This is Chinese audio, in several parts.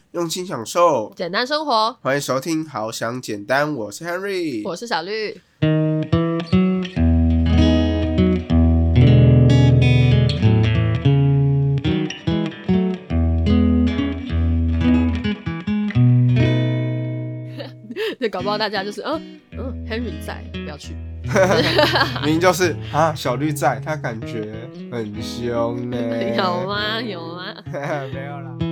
用心享受简单生活。 欢迎收听好想简单，我是 Henry， 我是小绿。这搞不好大家就是Henry 在，不要去。 明明就是小绿在，他感觉很凶呢。 有吗？有吗？ 没有啦。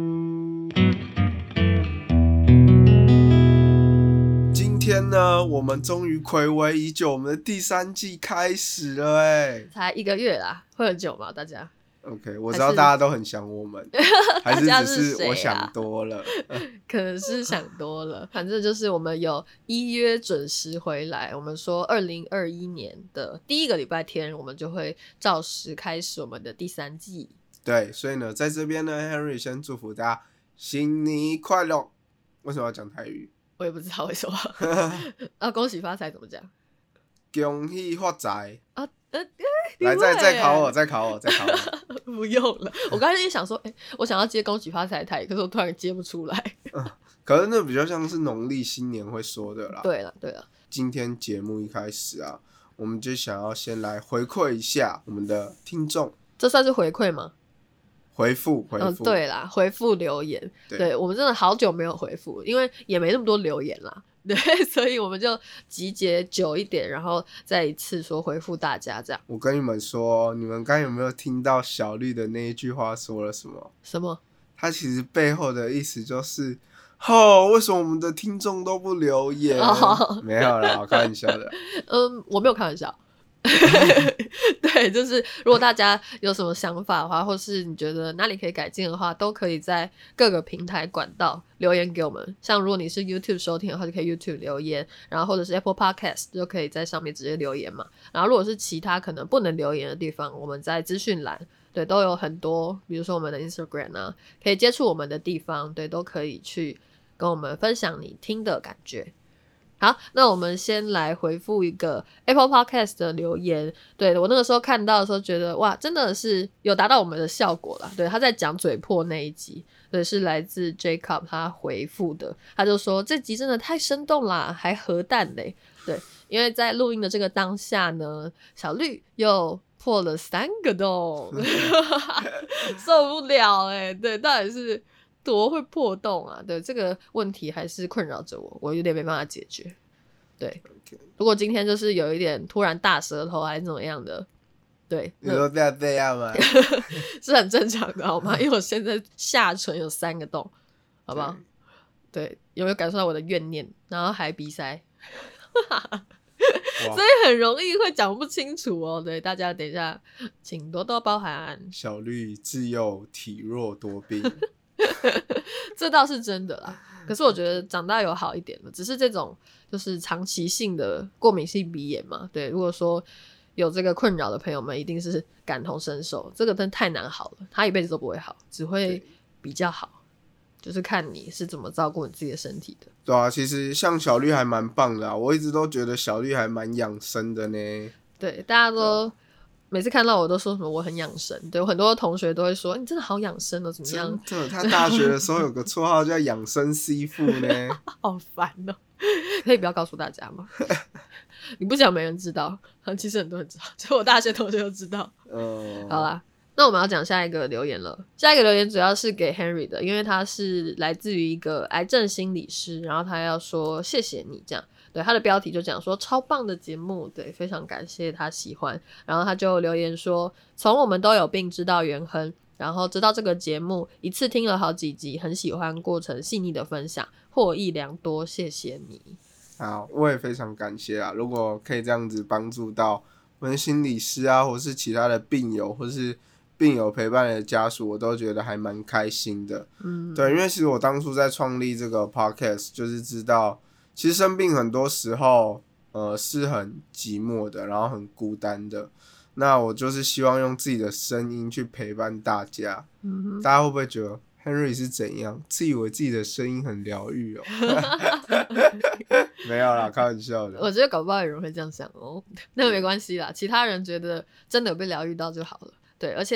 今天呢，我们终于睽违已久，我们的第3季开始了哎， 才1个月啦，会很久吗？大家 ？OK， 我知道大家都很想我们，还是只是我想多了？ 可能是想多了。反正就是我们有依约准时回来，我们说2021年的第1个礼拜天，我们就会照时开始我们的第3季。 对，所以呢，在这边呢 ，Henry 先祝福大家新年快乐。为什么要讲台语？ 我也不知道为什么。恭喜发财怎么讲？ 恭喜发财啊！ 来，再考我。 不用了，我刚才也想说，我想要接恭喜发财台，可是我突然接不出来。 可是那比较像是农历新年会说的啦。 对了， 今天节目一开始啊，我们就想要先来回馈一下我们的听众。 这算是回馈吗？ 回复对啦，回复留言。对，我们真的好久没有回复，因为也没那么多留言啦。对，所以我们就集结久一点，然后再一次说回复大家这样。 我跟你们说，你们刚有没有听到小绿的那一句话说了什么？ 什么？ 他其实背后的意思就是为什么我们的听众都不留言？没有啦，我开玩笑的。 我没有开玩笑。对，就是如果大家有什么想法的话，或是你觉得哪里可以改进的话，都可以在各个平台管道留言给我们。像如果你是 YouTube 收听的话，就可以 YouTube 留言，然后或者是 Apple Podcast 就可以在上面直接留言嘛。然后如果是其他可能不能留言的地方，我们在资讯栏对都有很多，比如说我们的 Instagram 啊，可以接触我们的地方，对，都可以去跟我们分享你听的感觉。好，那我们先来回复一个 Apple Podcast 的留言。对，我那个时候看到的时候觉得哇，真的是有达到我们的效果啦。对，他在讲嘴破那一集，对，是来自 Jacob 他回复的。他就说这集真的太生动啦，还核弹嘞。对，因为在录音的这个当下呢，小绿又破了3个洞，受不了对，到底是多会破洞啊？对，这个问题还是困扰着我，我有点没办法解决。对，如果今天就是有一点突然大舌头还是怎么样的，对， 你说这样吗？ 是很正常的好吗？因为我现在下唇有3个洞，好不好？对，有没有感受到我的怨念？然后还鼻塞，所以很容易会讲不清楚哦。对，大家等一下请多多包涵。小绿自幼体弱多病。 这倒是真的啦，可是我觉得长大有好一点了，只是这种就是长期性的过敏性鼻炎嘛。对，如果说有这个困扰的朋友们，一定是感同身受，这个真的太难好了，他一辈子都不会好，只会比较好，就是看你是怎么照顾你自己的身体的。 对啊，其实像小绿还蛮棒的啊，我一直都觉得小绿还蛮养生的呢。 对，大家都每次看到我都说什么我很养生，对，我很多同学都会说你真的好养生哦，怎么样？ 真的，他大学的时候有个绰号叫养生师傅呢。 好烦哦，可以不要告诉大家吗？你不讲没人知道，其实很多人知道，就我大学同学都知道。好啦，那我们要讲下一个留言了。下一个留言主要是给 Henry 的，因为他是来自于一个癌症心理师，然后他要说谢谢你这样。对，他的标题就讲说超棒的节目，对，非常感谢他喜欢。然后他就留言说，从我们都有病知道元亨，然后知道这个节目，一次听了好几集，很喜欢过程细腻的分享，获益良多，谢谢你。 好，我也非常感谢啊！如果可以这样子帮助到我们心理师啊，或是其他的病友，或是病友陪伴的家属，我都觉得还蛮开心的。对，因为其实我当初在创立这个 podcast， 就是知道其实生病很多时候是很寂寞的，然后很孤单的。那我就是希望用自己的声音去陪伴大家。大家会不会觉得 Henry 是怎样？自以为自己的声音很疗愈哦？没有啦，开玩笑的。 我觉得搞不好有人会这样想哦，那没关系啦，其他人觉得真的有被疗愈到就好了。对，而且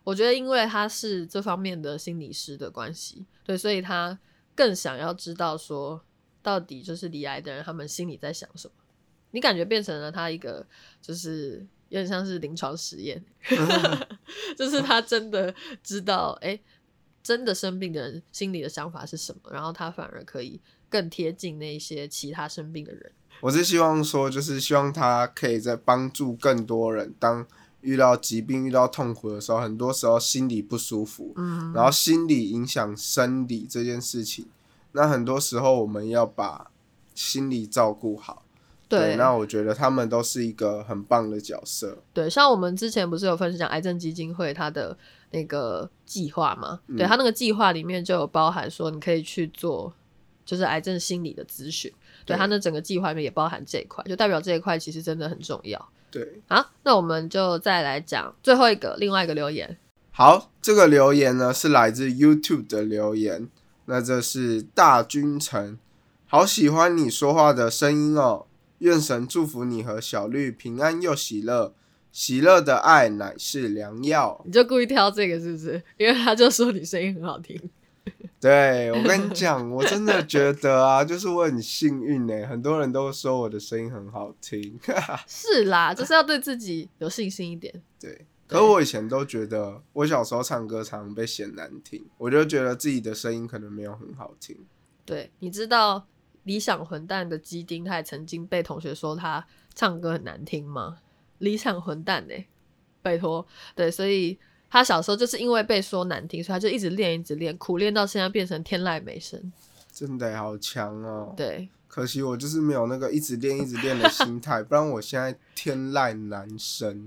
我觉得因为他是这方面的心理师的关系，对，所以他更想要知道说到底就是罹癌的人他们心里在想什么。你感觉变成了他一个就是有点像是临床实验就是他真的知道真的生病的人心里的想法是什么，然后他反而可以更贴近那些其他生病的人。 我是希望说就是希望他可以在帮助更多人，当遇到疾病遇到痛苦的时候，很多时候心理不舒服，然后心理影响生理这件事情，那很多时候我们要把心理照顾好。对，那我觉得他们都是一个很棒的角色。 对，像我们之前不是有分享癌症基金会它的那个计划嘛？对，它那个计划里面就有包含说你可以去做就是癌症心理的咨询。对，它那整个计划里面也包含这一块，就代表这一块其实真的很重要。 对， 好，那我们就再来讲最后另外一个留言。 好，这个留言呢是来自 YouTube 的留言，那这是大君城，好喜欢你说话的声音哦。愿神祝福你和小绿平安又喜乐，喜乐的爱乃是良药。 你就故意挑这个是不是？因为他就说你声音很好听。 对，我跟你讲，我真的觉得啊，就是我很幸运耶，很多人都说我的声音很好听。 是啦，就是要对自己有信心一点。 对，可是我以前都觉得，我小时候唱歌常常被嫌难听，我就觉得自己的声音可能没有很好听。 对，你知道理想混蛋的基丁他也曾经被同学说他唱歌很难听吗？理想混蛋拜托。对，所以他小时候就是因为被说难听，所以他就一直练一直练，苦练到现在变成天籁美声。 真的好强哦。对，可惜我就是没有那个一直练一直练的心态，不然我现在天籁难声。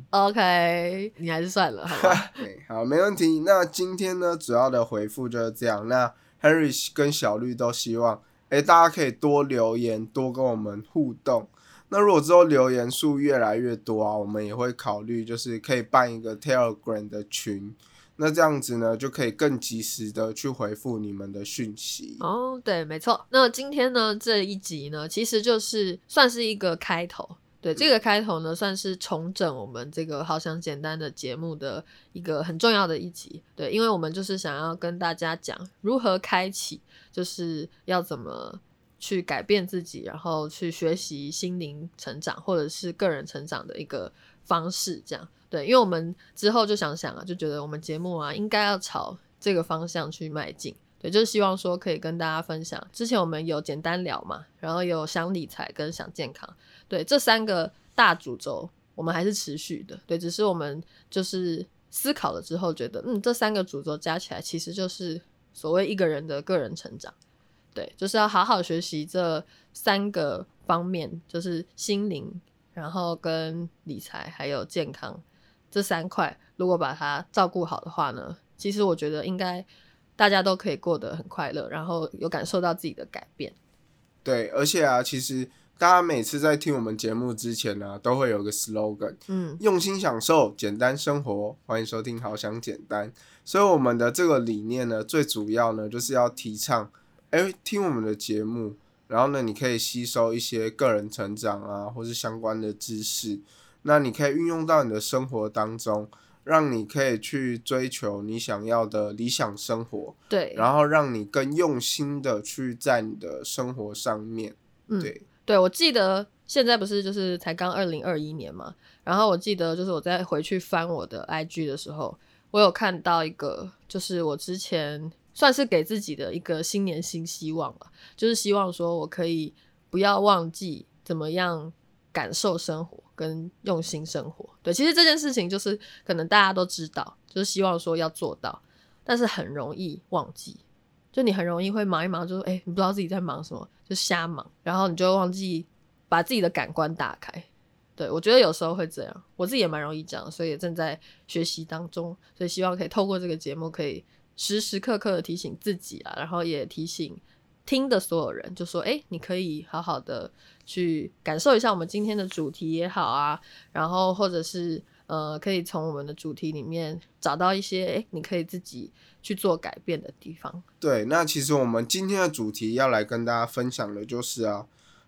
OK， 你还是算了好吧。 好，没问题。那今天呢主要的回复就是这样。那 Henry 跟小绿都希望大家可以多留言，多跟我们互动。那如果之后留言数越来越多啊，我们也会考虑就是可以办一个 Telegram 的群，那这样子呢就可以更及时的去回复你们的讯息。 对，没错。那今天呢这一集呢其实就是算是一个开头。对，这个开头呢算是重整我们这个好想简单的节目的一个很重要的一集。对，因为我们就是想要跟大家讲如何开启，就是要怎么去改变自己，然后去学习心灵成长或者是个人成长的一个方式这样。对，因为我们之后就想啊，就觉得我们节目啊应该要朝这个方向去迈进。对，就是希望说可以跟大家分享，之前我们有简单聊嘛，然后有想理财跟想健康，对，这3个大主轴我们还是持续的。对，只是我们就是思考了之后觉得这3个主轴加起来其实就是所谓一个人的个人成长。对，就是要好好学习这3个方面，就是心灵，然后跟理财还有健康这3块，如果把它照顾好的话呢，其实我觉得应该大家都可以过得很快乐，然后有感受到自己的改变。 对，而且啊，其实大家每次在听我们节目之前呢，都会有个 slogan，用心享受简单生活，欢迎收听好想简单。所以我们的这个理念呢，最主要呢就是要提倡听我们的节目，然后呢你可以吸收一些个人成长啊或是相关的知识，那你可以运用到你的生活当中，让你可以去追求你想要的理想生活。对，然后让你更用心的去在你的生活上面。 对，我记得现在不是就是才刚2021年嘛，然后我记得就是我在回去翻我的 IG 的时候，我有看到一个就是我之前算是给自己的一个新年新希望吧，就是希望说我可以不要忘记怎么样感受生活跟用心生活。对，其实这件事情就是可能大家都知道，就是希望说要做到，但是很容易忘记，就你很容易会忙一忙就说你不知道自己在忙什么，就瞎忙，然后你就忘记把自己的感官打开。对，我觉得有时候会这样，我自己也蛮容易这样，所以也正在学习当中，所以希望可以透过这个节目可以时时刻刻的提醒自己啊，然后也提醒听的所有人，就说你可以好好的去感受一下我们今天的主题也好啊，然后或者是可以从我们的主题里面找到一些你可以自己去做改变的地方。 对，那其实我们今天的主题要来跟大家分享的就是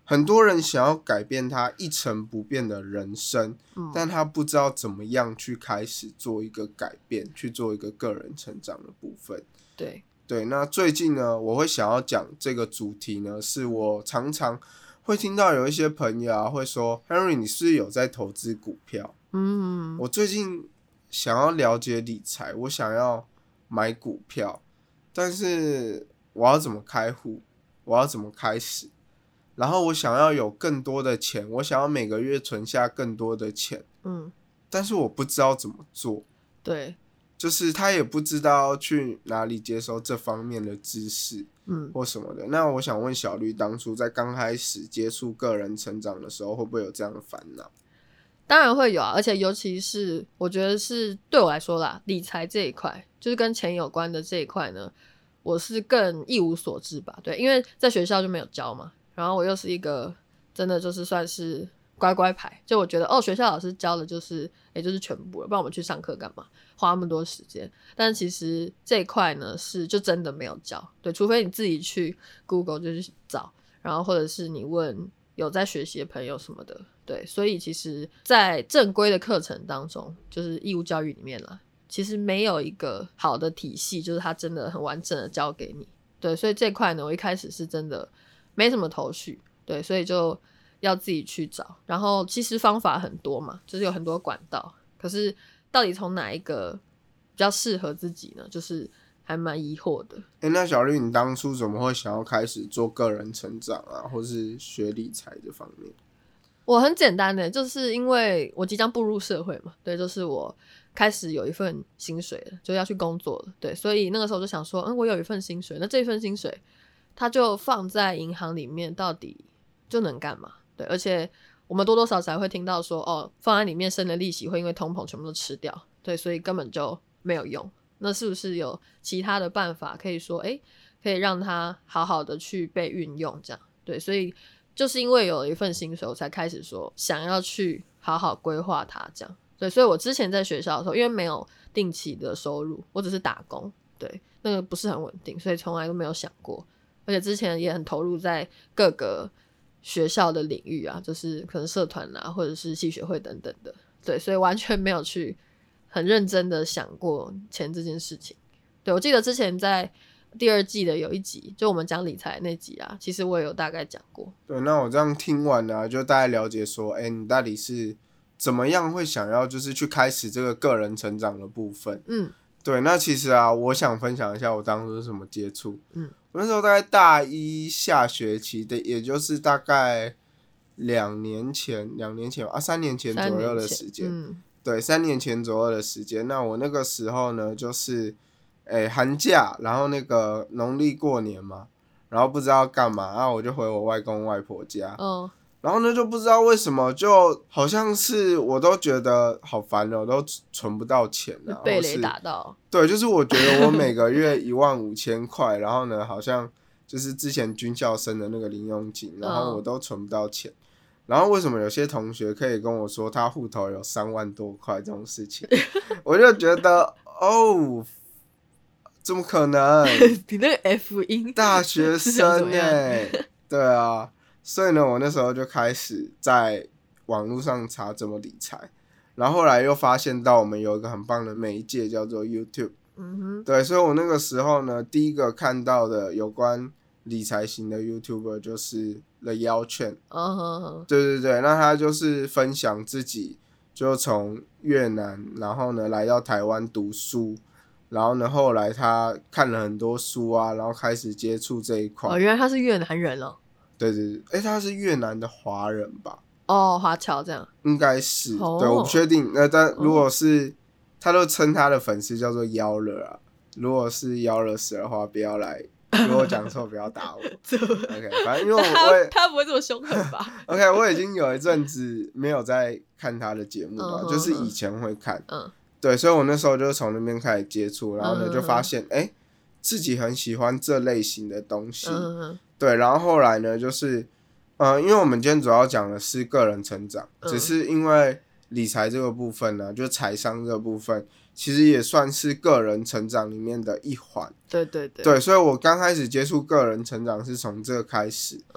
很多人想要改变他一成不变的人生，但他不知道怎么样去开始做一个改变，去做一个个人成长的部分。对，那最近呢，我会想要讲这个主题呢，是我常常会听到有一些朋友会说 Henry 你是不是有在投资股票？我最近想要了解理财，我想要买股票，但是我要怎么开户？我要怎么开始？然后我想要有更多的钱，我想要每个月存下更多的钱，但是我不知道怎么做。 对， 就是他也不知道去哪里接收这方面的知识，或什么的。那我想问小绿，当初在刚开始接触个人成长的时候，会不会有这样的烦恼？ 当然会有啊，而且尤其是我觉得是对我来说啦，理财这一块，就是跟钱有关的这一块呢，我是更一无所知吧。对，因为在学校就没有教嘛，然后我又是一个真的就是算是乖乖牌，就我觉得学校老师教的就是就是全部了，不然我们去上课干嘛，花那么多时间。但其实这一块呢是就真的没有教，对，除非你自己去 Google 就去找，然后或者是你问有在学习的朋友什么的。对，所以其实在正规的课程当中，就是义务教育里面啦，其实没有一个好的体系，就是它真的很完整的教给你。对，所以这块呢，我一开始是真的没什么头绪，对，所以就要自己去找。然后其实方法很多嘛，就是有很多管道，可是到底从哪一个比较适合自己呢？就是还蛮疑惑的。 那小绿，你当初怎么会想要开始做个人成长啊，或是学理财这方面？ 我很简单的，就是因为我即将步入社会嘛，对，就是我开始有一份薪水了，就要去工作了，对，所以那个时候就想说，我有一份薪水，那这份薪水它就放在银行里面，到底就能干嘛？对，而且我们多多少少会听到说，放在里面生的利息会因为通膨全部都吃掉，对，所以根本就没有用。那是不是有其他的办法可以说，可以让它好好的去被运用？这样，对，所以。就是因为有了一份薪水，我才开始说想要去好好规划它，这样。对，所以我之前在学校的时候，因为没有定期的收入，我只是打工，对，那个不是很稳定，所以从来都没有想过。而且之前也很投入在各个学校的领域啊，就是可能社团啊，或者是系学会等等的，对，所以完全没有去很认真的想过钱这件事情。对，我记得之前在第2季的有一集，就我们讲理财那集啊，其实我也有大概讲过。 对，那我这样听完了，就大概了解说，你到底是怎么样会想要就是去开始这个个人成长的部分。对，那其实啊，我想分享一下我当初是怎么接触。我那时候大概大一下学期的，也就是大概3年前3年前左右的时间。对，3年前左右的时间。那我那个时候呢，就是寒假，然后那个农历过年嘛，然后不知道干嘛，然后我就回我外公外婆家。然后呢，就不知道为什么，就好像是我都觉得好烦了，我都存不到钱啊， 被雷打到。 对，就是我觉得我每个月15000块，然后呢，好像就是之前军校生的那个零用金，然后我都存不到钱。然后为什么有些同学可以跟我说他户头有3万多块这种事情，我就觉得怎么可能？ 你那个 F 音， 大学生对啊，所以呢，我那时候就开始在网络上查怎么理财，然后后来又发现到我们有一个很棒的媒介叫做 YouTube。对，所以我那个时候呢，第一个看到的有关理财型的 YouTuber 就是 The Yao Chen。对，那他就是分享自己就从越南，然后呢来到台湾读书。然后呢，后来他看了很多书啊，然后开始接触这一块。 原来他是越南人哦。 对，他是越南的华人吧？ 华侨这样。 应该是，对，我不确定。但如果是，他都称他的粉丝叫做妖了啊。如果是妖了死的话，不要来，如果讲错不要打我。OK， 反正因为他不会这么凶狠吧 ？OK， 我已经有一阵子没有在看他的节目了，就是以前会看。对，所以我那时候就从那边开始接触，然后呢就发现自己很喜欢这类型的东西。对，然后后来呢就是因为我们今天主要讲的是个人成长，只是因为理财这个部分呢，就财商这个部分其实也算是个人成长里面的一环。 对， 所以我刚开始接触个人成长是从这个开始。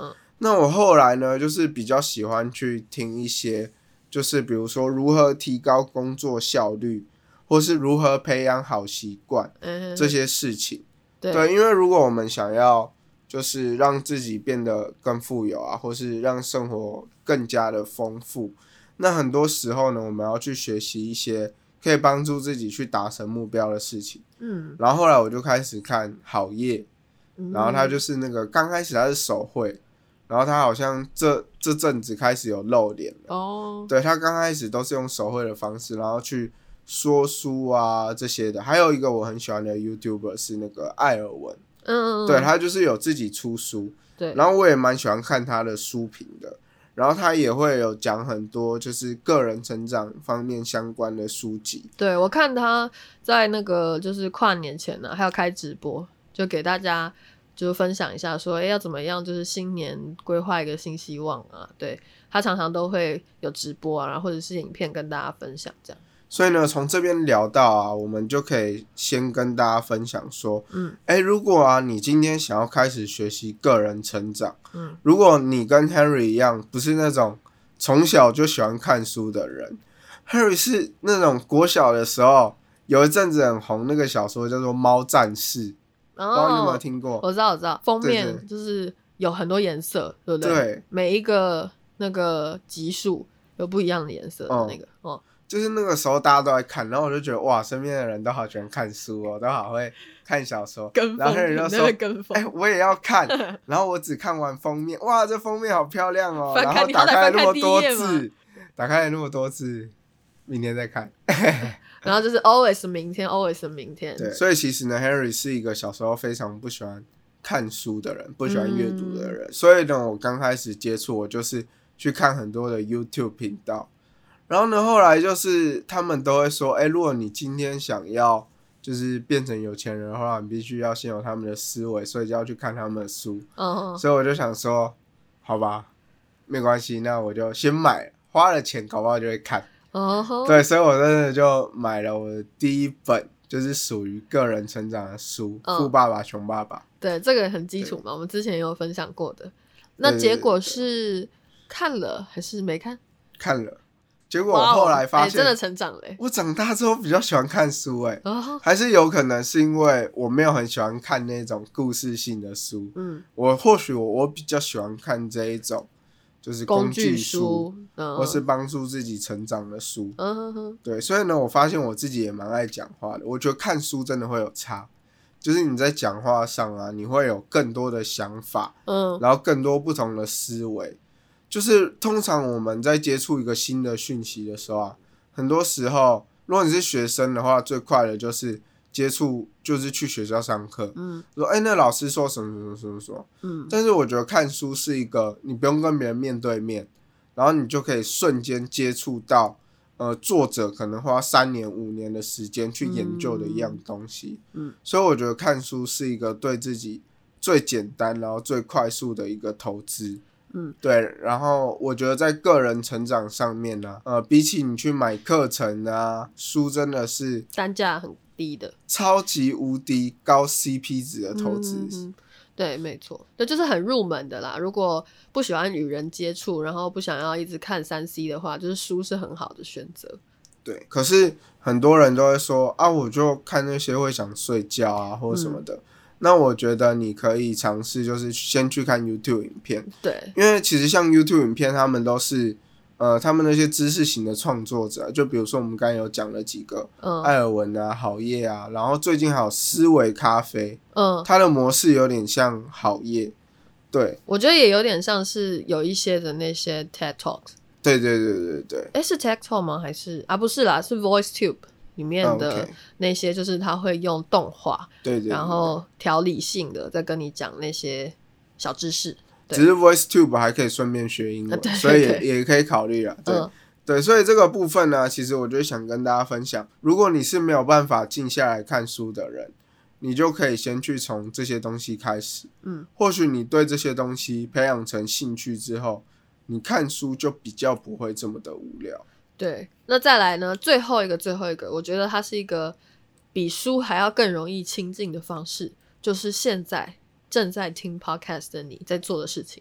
那我后来呢，就是比较喜欢去听一些，就是比如说如何提高工作效率，或是如何培养好习惯，这些事情。对，因为如果我们想要就是让自己变得更富有啊，或是让生活更加的丰富，那很多时候呢，我们要去学习一些可以帮助自己去达成目标的事情。然后后来我就开始看好业，然后他就是那个刚开始他是手绘，然后他好像这阵子开始有露脸了。对，他刚开始都是用手绘的方式，然后去说书啊这些的。还有一个我很喜欢的 YouTuber 是那个艾尔文，对，他就是有自己出书，对，然后我也蛮喜欢看他的书评的。然后他也会有讲很多就是个人成长方面相关的书籍。 对，我看他在那个就是跨年前呢，还要开直播，就给大家就分享一下说，要怎么样就是新年规划一个新希望啊。对，他常常都会有直播啊，然后或者是影片跟大家分享这样。 所以呢，从这边聊到啊，我们就可以先跟大家分享说，如果啊你今天想要开始学习个人成长，如果你跟 Henry 一样不是那种从小就喜欢看书的人， Henry 是那种国小的时候有一阵子很红那个小说叫做《猫战士》，不知道你有没有听过？ 我知道，封面就是有很多颜色，对不对？对，每一个那个集数有不一样的颜色的那个， 就是那个时候大家都在看，然后我就觉得哇，身边的人都好喜欢看书哦，都好会看小说，然后人就说我也要看，然后我只看完封面，哇，这封面好漂亮哦，然后打开了那么多字，明天再看然后就是 always 明天。 对，所以其实呢 Henry 是一个小时候非常不喜欢看书的人，不喜欢阅读的人，所以呢我刚开始接触，我就是去看很多的 YouTube 频道。然后呢，后来就是他们都会说，如果你今天想要就是变成有钱人的话，你必须要先有他们的思维，所以就要去看他们的书。所以我就想说，好吧，没关系，那我就先买，花了钱搞不好就会看。对，所以我真的就买了我的第一本就是属于个人成长的书，富爸爸穷爸爸。 对，这个很基础嘛，我们之前也有分享过的。那结果是看了还是没看？ 看了。结果我后来发现， 真的成长了。 我长大之后比较喜欢看书，还是有可能是因为我没有很喜欢看那种故事性的书。或许我比较喜欢看这一种，就是工具书，或是帮助自己成长的书。对，所以呢，我发现我自己也蛮爱讲话的。我觉得看书真的会有差，就是你在讲话上啊，你会有更多的想法，然后更多不同的思维。就是通常我们在接触一个新的讯息的时候啊，很多时候如果你是学生的话，最快的就是接触，就是去学校上课，说那老师说什么什么什么，但是我觉得看书是一个你不用跟别人面对面，然后你就可以瞬间接触到作者可能花3年5年的时间去研究的一样东西。所以我觉得看书是一个对自己最简单然后最快速的一个投资。对，然后我觉得在个人成长上面呢，比起你去买课程啊，书真的是单价很低的， 超级无敌高 CP 值的投资。 对，没错，这就是很入门的啦。如果不喜欢与人接触，然后不想要一直看3C 的话，就是书是很好的选择。 对，可是很多人都会说啊，我就看那些会想睡觉啊，或者什么的。那我觉得你可以尝试，就是先去看 YouTube 影片。 对， 因为其实像 YouTube 影片，他们都是他们那些知识型的创作者，就比如说我们刚才有讲了几个，艾尔文啊、好业啊，然后最近还有思维咖啡，它的模式有点像好业。对， 我觉得也有点像是有一些的那些 TED Talks。 对， 是 TED Talk 吗？还是不是啦，是 VoiceTube里面的那些，就是他会用动画， 对， 然后条理性的在跟你讲那些小知识。 只是 VoiceTube 还可以顺便学英文，所以也可以考虑啦。对，所以这个部分呢，其实我就想跟大家分享，如果你是没有办法静下来看书的人，你就可以先去从这些东西开始。或许你对这些东西培养成兴趣之后，你看书就比较不会这么的无聊。 对，那再来呢，最后一个，我觉得它是一个比书还要更容易亲近的方式，就是现在正在听 podcast 的你在做的事情，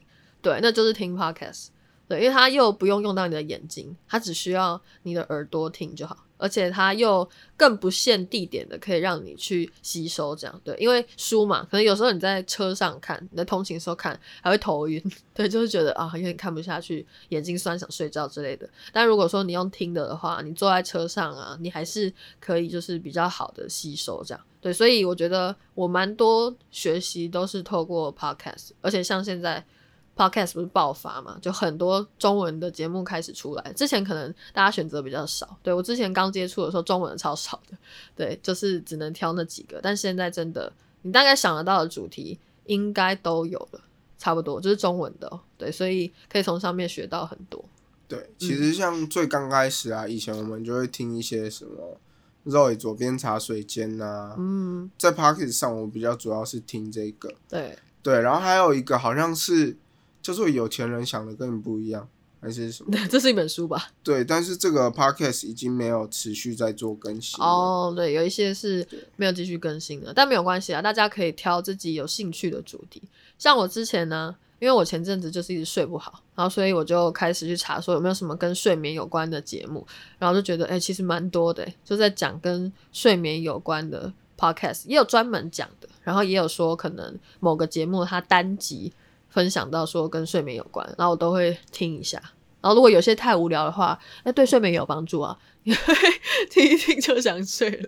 对，那就是听 podcast。对，因为它又不用到你的眼睛，它只需要你的耳朵听就好，而且它又更不限地点的，可以让你去吸收这样。对，因为书嘛，可能有时候你在车上看，你在通勤的时候看还会头晕，对，就是觉得有点看不下去，眼睛酸想睡觉之类的。但如果说你用听的话，你坐在车上啊，你还是可以就是比较好的吸收这样。对，所以我觉得我蛮多学习都是透过 podcast， 而且像现在podcast 不是爆发嘛，就很多中文的节目开始出来，之前可能大家选择比较少，对，我之前刚接触的时候中文的超少的，对，就是只能挑那几个，但现在真的你大概想得到的主题应该都有了，差不多就是中文的对，所以可以从上面学到很多。 对，其实像最刚开始啊，以前我们就会听一些什么Zoe 左边茶水间啊，在 Podcast 上我比较主要是听这个，对，然后还有一个好像是叫做有钱人想的跟你不一样，还是什么？ 这是一本书吧？ 对，但是这个 podcast 已经没有持续在做更新了。 对，有一些是没有继续更新的，但没有关系啊，大家可以挑自己有兴趣的主题。像我之前呢，因为我前阵子就是一直睡不好，然后所以我就开始去查说有没有什么跟睡眠有关的节目，然后就觉得其实蛮多的，就在讲跟睡眠有关的 podcast， 也有专门讲的，然后也有说可能某个节目它单集分享到说跟睡眠有关，然后我都会听一下。然后如果有些太无聊的话，对睡眠也有帮助啊，因为听一听就想睡了。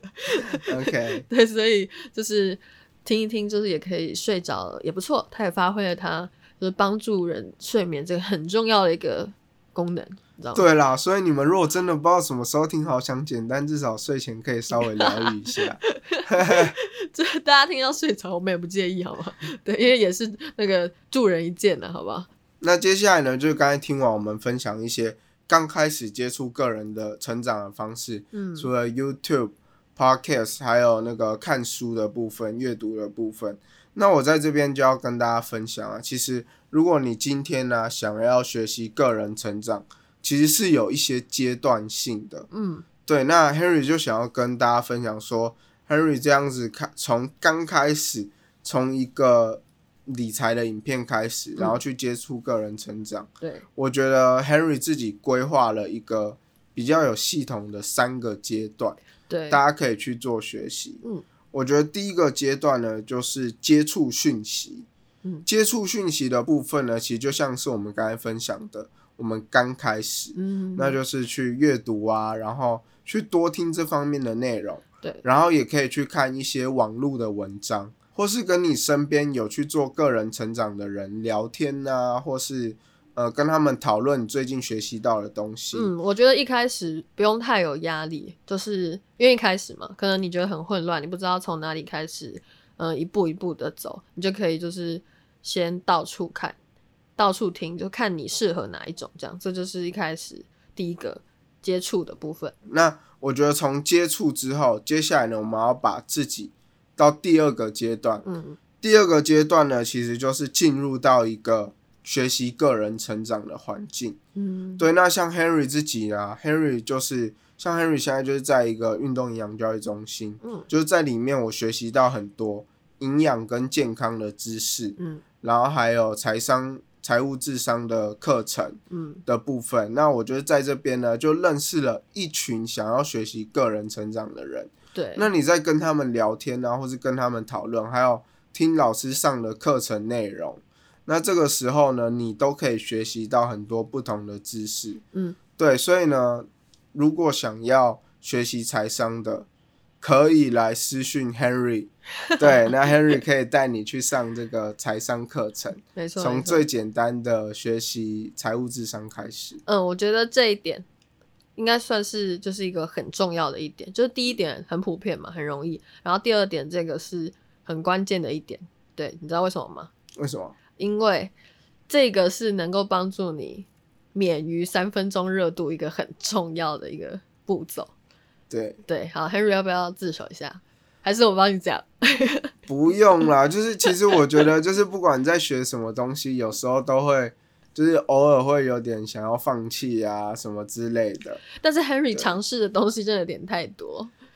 OK， 对，所以就是听一听，就是也可以睡着了，也不错。它也发挥了它就是帮助人睡眠这个很重要的一个功能，你知道吗？ 对啦，所以你们如果真的不知道什么时候听好想简单，至少睡前可以稍微疗愈一下。 这大家听到睡着，我们也不介意，好吗？对，因为也是那个助人一件的，好不好？ 那接下来呢，就是刚才听完我们分享一些刚开始接触个人的成长的方式，除了 YouTube、Podcast， 还有那个看书的部分、阅读的部分。那我在这边就要跟大家分享啊，其实如果你今天呢想要学习个人成长，其实是有一些阶段性的。对，那 Henry 就想要跟大家分享说 ，Henry 这样子从刚开始从一个理财的影片开始，然后去接触个人成长。 对， 我觉得 Henry 自己规划了一个比较有系统的3个阶段， 对， 大家可以去做学习。我觉得第一个阶段呢，就是接触讯息。接触讯息的部分呢，其实就像是我们刚才分享的，我们刚开始，那就是去阅读啊，然后去多听这方面的内容， 对， 然后也可以去看一些网络的文章，或是跟你身边有去做个人成长的人聊天啊，或是跟他们讨论你最近学习到的东西。 我觉得一开始不用太有压力，就是因为一开始嘛，可能你觉得很混乱，你不知道从哪里开始，一步一步的走，你就可以就是先到处看，到处听，就看你适合哪一种，这样，这就是一开始第一个接触的部分。 那我觉得从接触之后，接下来呢，我们要把自己到第二个阶段。第二个阶段呢，其实就是进入到一个学习个人成长的环境。对，那像 Henry 自己啊 ，Henry 就是像 Henry 现在就是在一个运动营养教育中心，就是在里面我学习到很多营养跟健康的知识，然后还有财务智商的课程的部分。那我觉得在这边呢，就认识了一群想要学习个人成长的人。 对， 那你在跟他们聊天啊，或是跟他们讨论，还有听老师上的课程内容，那这个时候呢，你都可以学习到很多不同的知识。对，所以呢，如果想要学习财商的，可以来私讯 Henry。对，那 Henry 可以带你去上这个财商课程， 没错， 从最简单的学习财务智商开始。 我觉得这一点应该算是就是一个很重要的一点，就是第一点很普遍嘛，很容易，然后第二点这个是很关键的一点。对，你知道为什么吗？ 为什么？ 因为这个是能够帮助你免于3分钟热度一个很重要的一个步骤。对，好 Henry 要不要自首一下？还是我帮你讲？ 不用啦，就是其实我觉得就是不管你在学什么东西，有时候都会就是偶尔会有点想要放弃啊什么之类的。 但是 Henry 尝试的东西真的有点太多。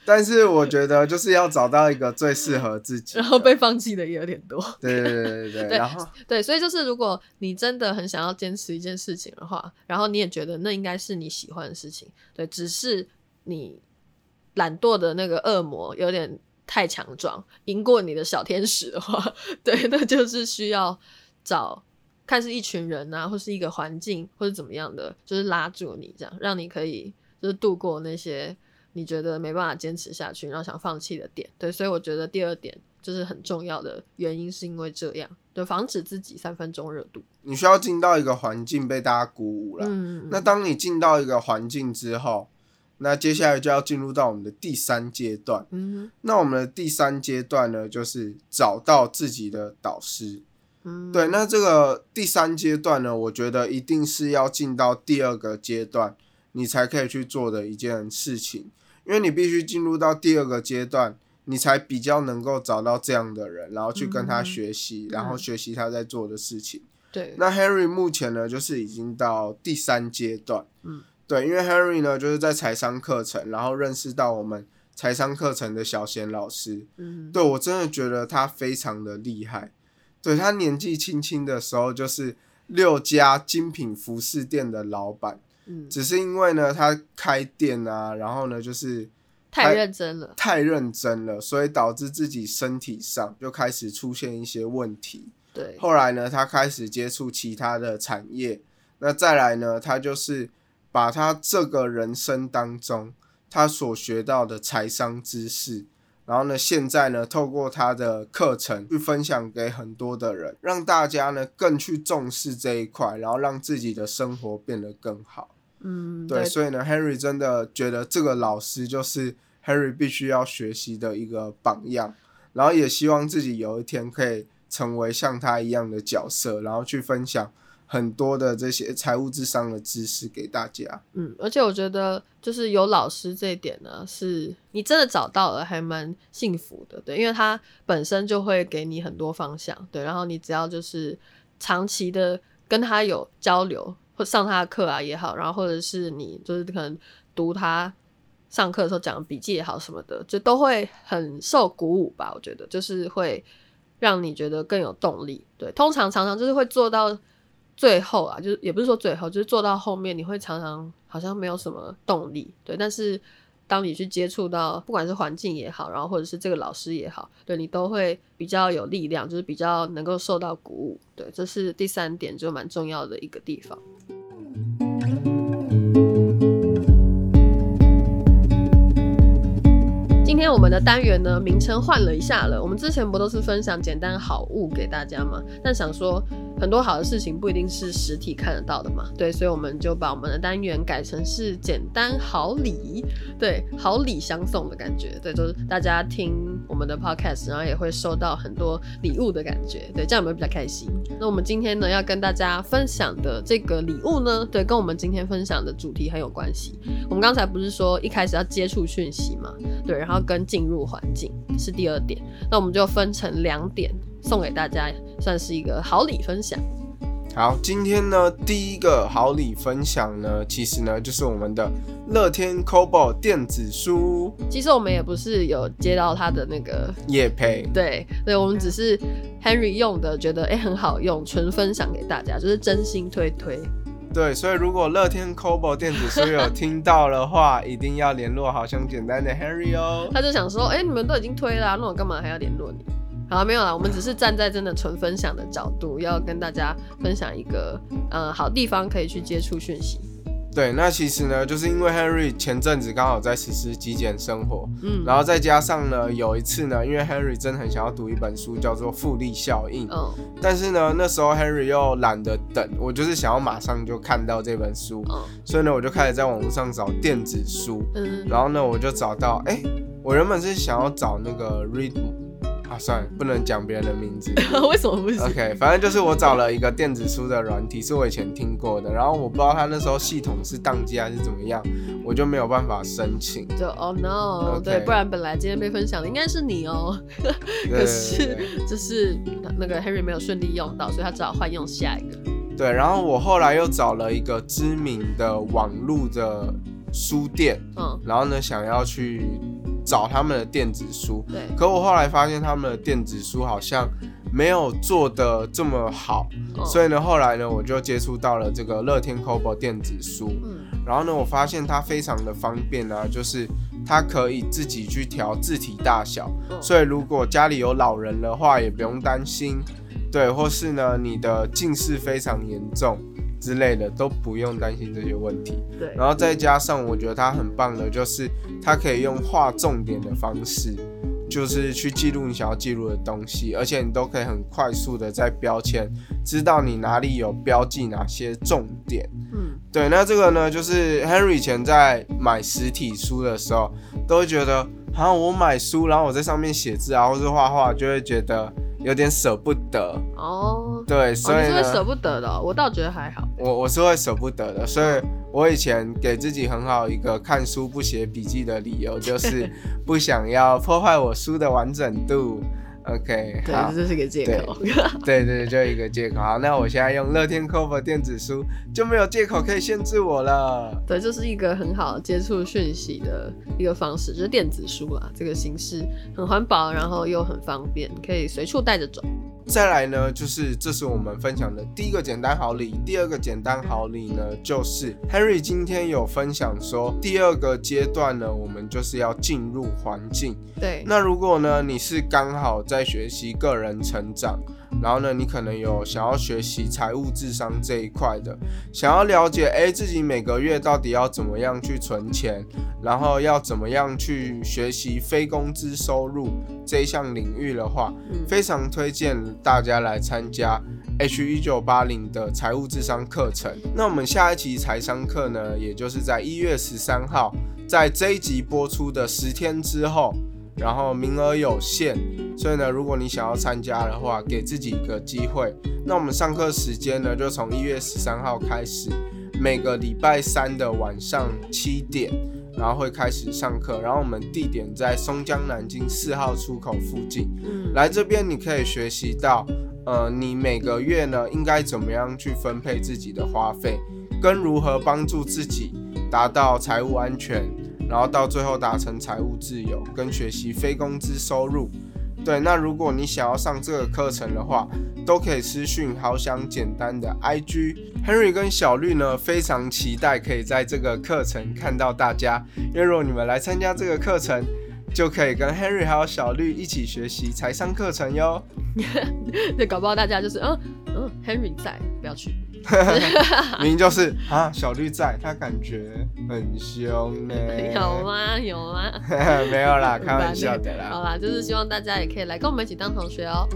但是我觉得就是要找到一个最适合自己的， 然后被放弃的也有点多。 对，然后对，所以就是如果你真的很想要坚持一件事情的话，然后你也觉得那应该是你喜欢的事情，对，只是你懒惰的那个恶魔有点太强壮，赢过你的小天使的话，对，那就是需要找看是一群人啊，或是一个环境，或是怎么样的，就是拉住你，这样让你可以就是度过那些你觉得没办法坚持下去，然后想放弃的点。对，所以我觉得第二点就是很重要的原因，是因为这样，对，防止自己3分钟热度。 你需要进到一个环境被大家鼓舞啦。那当你进到一个环境之后，那接下来就要进入到我们的第3阶段。那我们的第3阶段呢，就是找到自己的导师。对，那这个第3阶段呢，我觉得一定是要进到第2个阶段，你才可以去做的一件事情。因为你必须进入到第2个阶段，你才比较能够找到这样的人，然后去跟他学习，然后学习他在做的事情。 对， 那 Henry 目前呢，就是已经到第3阶段。对，因为 Henry 呢，就是在财商课程，然后认识到我们财商课程的小贤老师。对，我真的觉得他非常的厉害。对，他年纪轻轻的时候，就是6家精品服饰店的老板。只是因为呢，他开店啊，然后呢，就是太认真了， 所以导致自己身体上就开始出现一些问题。 对， 后来呢，他开始接触其他的产业，那再来呢，他就是把他这个人生当中他所学到的财商知识，然后呢，现在呢，透过他的课程去分享给很多的人，让大家呢更去重视这一块，然后让自己的生活变得更好。对，所以呢 Henry 真的觉得这个老师就是 Henry 必须要学习的一个榜样，然后也希望自己有一天可以成为像他一样的角色，然后去分享很多的这些财务智商的知识给大家。 而且我觉得就是有老师这一点呢，是你真的找到了还蛮幸福的。对，因为他本身就会给你很多方向，对，然后你只要就是长期的跟他有交流，或上他的课啊也好，然后或者是你就是可能读他上课的时候讲的笔记也好什么的，就都会很受鼓舞吧。我觉得就是会让你觉得更有动力。对，通常就是会做到最后啊，就是也不是说最后，就是做到后面你会常常好像没有什么动力。对，但是当你去接触到不管是环境也好，然后或者是这个老师也好，对，你都会比较有力量，就是比较能够受到鼓舞。对，这是第3点，就蛮重要的一个地方。今天我们的单元呢，名称换了一下了。我们之前不都是分享简单好物给大家吗？但想说很多好的事情不一定是实体看得到的嘛，对，所以我们就把我们的单元改成是简单好礼，对，好礼相送的感觉，对，就是大家听我们的 podcast， 然后也会收到很多礼物的感觉，对，这样有没有比较开心？那我们今天呢要跟大家分享的这个礼物呢，对，跟我们今天分享的主题很有关系。我们刚才不是说一开始要接触讯息嘛，对，然后跟进入环境是第2点，那我们就分成2点送给大家，算是一个好礼分享。 好，今天呢第一个好礼分享呢，其实呢就是我们的乐天 Kobo 电子书。 其实我们也不是有接到他的那个业配， 对，我们只是 Henry 用的，觉得很好用，纯分享给大家，就是真心推。 对，所以如果乐天 Kobo 电子书有听到的话，一定要联络好想简单的 Henry 哦。 他就想说，你们都已经推了那我干嘛还要联络你？好，没有啦，我们只是站在真的纯分享的角度，要跟大家分享一个好地方可以去接触讯息。 对，那其实呢，就是因为 Henry 前阵子刚好在实施极简生活，然后再加上呢，有一次呢，因为 Henry 真的很想要读一本书，叫做《复利效应》，但是呢，那时候 Henry 又懒得等，我就是想要马上就看到这本书，所以呢，我就开始在网络上找电子书，然后呢，我就找到，我原本是想要找那个 Read。算了，不能讲别人的名字。 为什么不行 ？OK， 反正就是我找了一个电子书的软体，是我以前听过的，然后我不知道他那时候系统是宕机还是怎么样，我就没有办法申请。 就no， 对，不然本来今天被分享的应该是你哦。可是就是那个 Henry 没有顺利用到，所以他只好换用下一个。 对，然后我后来又找了一个知名的网路的书店，然后呢想要去找他们的电子书， 对。 可我后来发现他们的电子书好像没有做的这么好，所以呢，后来呢，我就接触到了这个乐天 Kobo 电子书，然后呢，我发现它非常的方便啊，就是它可以自己去调字体大小，所以如果家里有老人的话，也不用担心，对，或是呢，你的近视非常严重之类的都不用担心这些问题。 对， 然后再加上我觉得它很棒的就是它可以用画重点的方式，就是去记录你想要记录的东西，而且你都可以很快速的在标签知道你哪里有标记哪些重点。对，那这个呢，就是 Henry 以前在买实体书的时候都会觉得我买书然后我在上面写字啊或是画画就会觉得有点舍不得哦。对，所以呢， 你是会舍不得的我倒觉得还好。 我是会舍不得的，所以我以前给自己很好一个看书不写笔记的理由，就是不想要破坏我书的完整度。OK， 对，这是个借口。 对，就一个借口。好，那我现在用乐天 Kobo 电子书，就没有借口可以限制我了。 对，这是一个很好接触讯息的一个方式，就是电子书啦，这个形式很环保，然后又很方便，可以随处带着走。 再来呢，就是这是我们分享的第一个简单好礼。第二个简单好礼呢，就是 Henry 今天有分享说，第二个阶段呢，我们就是要进入环境。 对， 那如果呢，你是刚好在学习个人成长，然后呢，你可能有想要学习财务智商这一块的，想要了解自己每个月到底要怎么样去存钱，然后要怎么样去学习非工资收入这一项领域的话，非常推荐大家来参加 H1980 的财务智商课程。那我们下一期财商课呢，也就是在1月13号，在这一集播出的10天之后，然后名额有限，所以呢，如果你想要参加的话，给自己一个机会。那我们上课时间呢，就从1月13号开始，每个礼拜3的晚上7点，然后会开始上课。然后我们地点在松江南京4号出口附近。来这边你可以学习到，你每个月呢应该怎么样去分配自己的花费，跟如何帮助自己达到财务安全。然后到最后达成财务自由，跟学习非工资收入。对，那如果你想要上这个课程的话，都可以私讯好想简单的 IG。 Henry 跟小绿呢非常期待可以在这个课程看到大家，因为如果你们来参加这个课程，就可以跟 Henry 还有小绿一起学习财商课程哟。 对，搞不好大家就是Henry 在，不要去。 明明就是小绿在，他感觉很凶呢。 有吗？ 没有啦，开玩笑的啦。 好啦，就是希望大家也可以来跟我们一起当同学哦。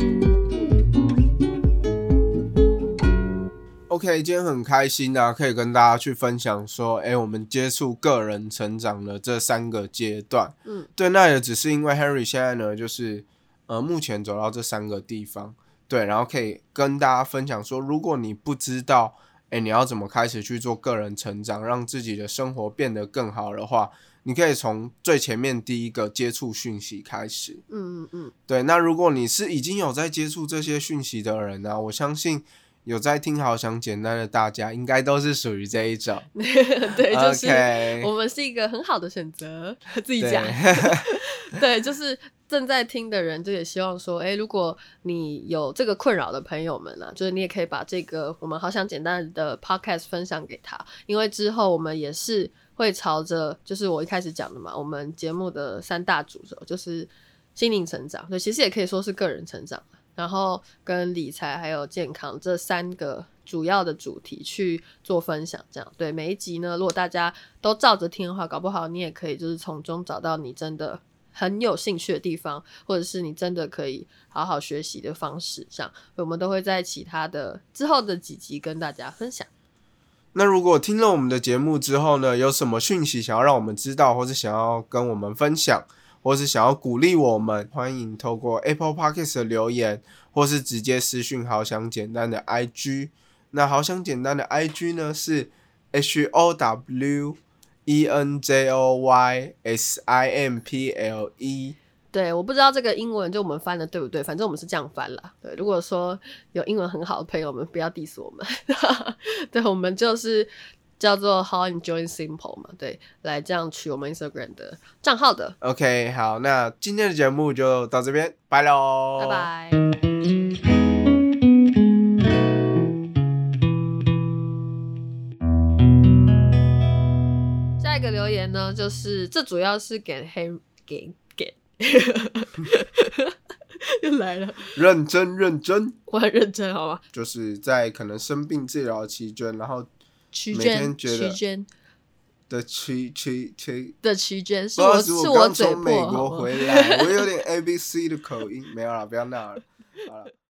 OK， 今天很开心啊，可以跟大家去分享说，我们接触个人成长的这3个阶段。对，那也只是因为 Henry 现在呢，就是目前走到这3个地方。对，然后可以跟大家分享说，如果你不知道你要怎么开始去做个人成长，让自己的生活变得更好的话，你可以从最前面第一个接触讯息开始。对，那如果你是已经有在接触这些讯息的人呢，我相信有在听好想简单的大家应该都是属于这一种。 对，就是我们是一个很好的选择，自己讲。对，就是正在听的人就也希望说，如果你有这个困扰的朋友们啊，就是你也可以把这个我们好想简单的 podcast 分享给他，因为之后我们也是会朝着就是我一开始讲的嘛，我们节目的3大主轴就是心灵成长，所以其实也可以说是个人成长，然后跟理财还有健康这3个主要的主题去做分享，这样对每一集呢，如果大家都照着听的话，搞不好你也可以就是从中找到你真的很有兴趣的地方，或者是你真的可以好好学习的方式上，我们都会在其他的之后的几集跟大家分享。 那如果听了我们的节目之后呢，有什么讯息想要让我们知道，或是想要跟我们分享，或是想要鼓励我们，欢迎透过 Apple Podcast 的留言，或是直接私讯好想简单的 IG。 那好想简单的 IG 呢是 HOWENJOYSIMPLE。 对，我不知道这个英文就我们翻的对不对，反正我们是这样翻啦。对，如果说有英文很好的朋友们不要 diss 我们。对，我们就是叫做 How Enjoying Simple 嘛，对，来这样取我们 Instagram 的账号的。 OK， 好，那今天的节目就到这边，拜喽， 拜拜。下一个留言呢，就是这主要是给又来了， 认真， 我很认真，好吗？ 就是在可能生病治疗期间，然后每天觉得的期间，是我嘴破， 从美国回来，我有点 ABC 的口音，没有啦，不要闹了，好了。